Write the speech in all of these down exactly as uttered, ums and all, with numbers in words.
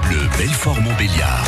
Bleu Belfort-Montbéliard.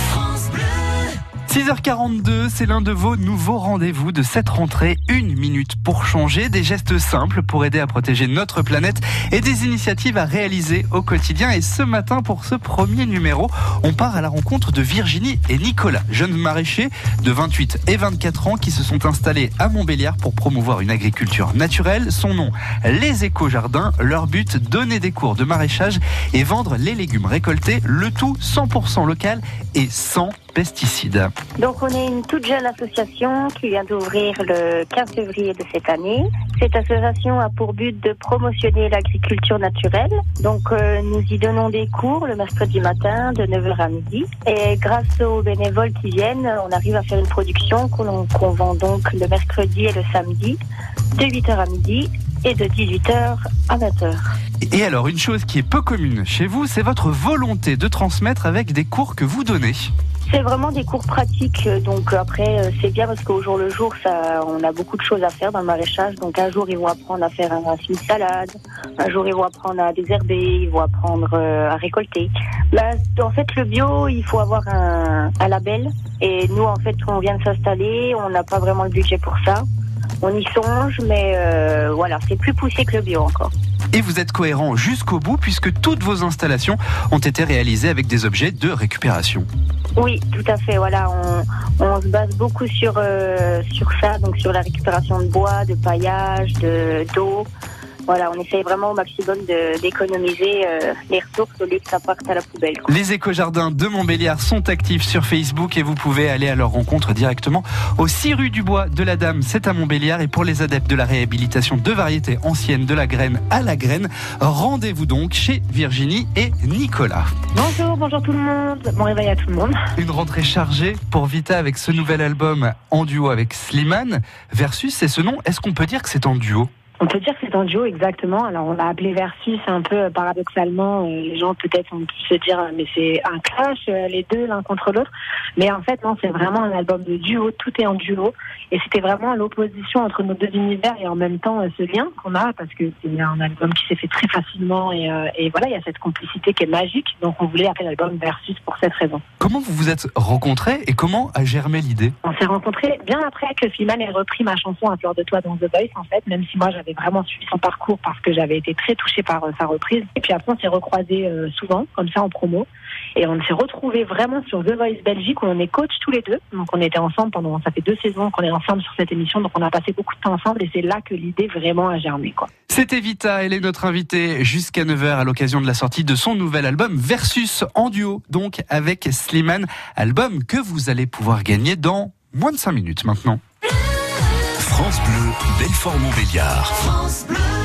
six heures quarante-deux, c'est l'un de vos nouveaux rendez-vous de cette rentrée. Une minute pour changer, des gestes simples pour aider à protéger notre planète et des initiatives à réaliser au quotidien. Et ce matin, pour ce premier numéro, on part à la rencontre de Virginie et Nicolas, jeunes maraîchers de vingt-huit et vingt-quatre ans qui se sont installés à Montbéliard pour promouvoir une agriculture naturelle. Son nom, les éco-jardins. Leur but, donner des cours de maraîchage et vendre les légumes récoltés, le tout cent pour cent local et sans pesticides. Donc on est une toute jeune association qui vient d'ouvrir le quinze février de cette année. Cette association a pour but de promotionner l'agriculture naturelle. Donc euh, nous y donnons des cours le mercredi matin de neuf heures à midi. Et grâce aux bénévoles qui viennent, on arrive à faire une production qu'on, qu'on vend donc le mercredi et le samedi de huit heures à midi et de dix-huit heures à vingt heures. Et alors, une chose qui est peu commune chez vous, c'est votre volonté de transmettre avec des cours que vous donnez. C'est vraiment des cours pratiques, donc après c'est bien parce qu'au jour le jour, ça, on a beaucoup de choses à faire dans le maraîchage. Donc un jour ils vont apprendre à faire un une salade, un jour ils vont apprendre à désherber, ils vont apprendre à récolter. Là, en fait le bio, il faut avoir un, un label. Et nous en fait on vient de s'installer, on n'a pas vraiment le budget pour ça. On y songe, mais euh, voilà, c'est plus poussé que le bio encore. Et vous êtes cohérent jusqu'au bout puisque toutes vos installations ont été réalisées avec des objets de récupération. Oui, tout à fait. Voilà, on, on se base beaucoup sur euh, sur ça, donc sur la récupération de bois, de paillage, de d'eau. Voilà, on essaye vraiment au maximum de, d'économiser euh, les ressources au lieu que ça parte à la poubelle, quoi. Les éco-jardins de Montbéliard sont actifs sur Facebook et vous pouvez aller à leur rencontre directement au six rue du Bois de la Dame, c'est à Montbéliard. Et pour les adeptes de la réhabilitation de variétés anciennes de la graine à la graine, rendez-vous donc chez Virginie et Nicolas. Bonjour, bonjour tout le monde. Bon réveil à tout le monde. Une rentrée chargée pour Vita avec ce nouvel album en duo avec Slimane. Versus, c'est ce nom. Est-ce qu'on peut dire que c'est en duo ? On peut dire que c'est en duo, exactement. Alors, on l'a appelé Versus, un peu paradoxalement. Euh, les gens, peut-être, ont pu se dire, mais c'est un clash, euh, les deux, l'un contre l'autre. Mais en fait, non, c'est vraiment un album de duo. Tout est en duo. Et c'était vraiment l'opposition entre nos deux univers et en même temps, euh, ce lien qu'on a, parce que c'est un album qui s'est fait très facilement. Et, euh, et voilà, il y a cette complicité qui est magique. Donc, on voulait appeler l'album Versus pour cette raison. Comment vous vous êtes rencontrés et comment a germé l'idée ? On s'est rencontrés bien après que Slimane ait repris ma chanson À fleur de toi dans The Voice, en fait, même si moi, j'avais vraiment suivi son parcours parce que j'avais été très touchée par euh, sa reprise. Et puis après, on s'est recroisés euh, souvent, comme ça, en promo. Et on s'est retrouvés vraiment sur The Voice Belgique, où on est coach tous les deux. Donc, on était ensemble pendant, ça fait deux saisons qu'on est ensemble sur cette émission. Donc, on a passé beaucoup de temps ensemble et c'est là que l'idée vraiment a germé, quoi. C'était Vita, elle est notre invitée jusqu'à neuf heures à l'occasion de la sortie de son nouvel album Versus en duo, donc avec Slimane. Album que vous allez pouvoir gagner dans moins de cinq minutes maintenant. France Bleu Belfort-Montbéliard. France Bleu.